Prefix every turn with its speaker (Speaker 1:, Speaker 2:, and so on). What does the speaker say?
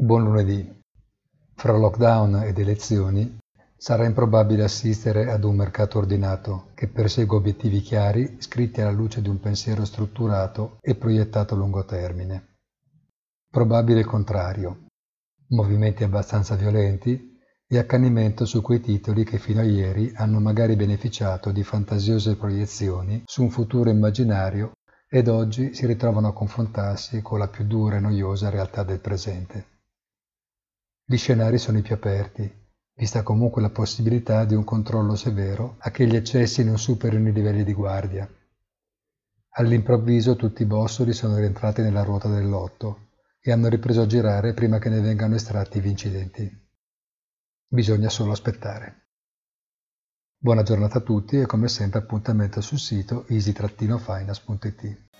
Speaker 1: Buon lunedì. Fra lockdown ed elezioni sarà improbabile assistere ad un mercato ordinato che persegue obiettivi chiari, scritti alla luce di un pensiero strutturato e proiettato a lungo termine. Probabile il contrario: movimenti abbastanza violenti e accanimento su quei titoli che fino a ieri hanno magari beneficiato di fantasiose proiezioni su un futuro immaginario ed oggi si ritrovano a confrontarsi con la più dura e noiosa realtà del presente. Gli scenari sono i più aperti, vista comunque la possibilità di un controllo severo a che gli eccessi non superino i livelli di guardia. All'improvviso tutti i bossoli sono rientrati nella ruota del lotto e hanno ripreso a girare prima che ne vengano estratti i vincenti. Bisogna solo aspettare. Buona giornata a tutti e come sempre appuntamento sul sito easy-finance.it.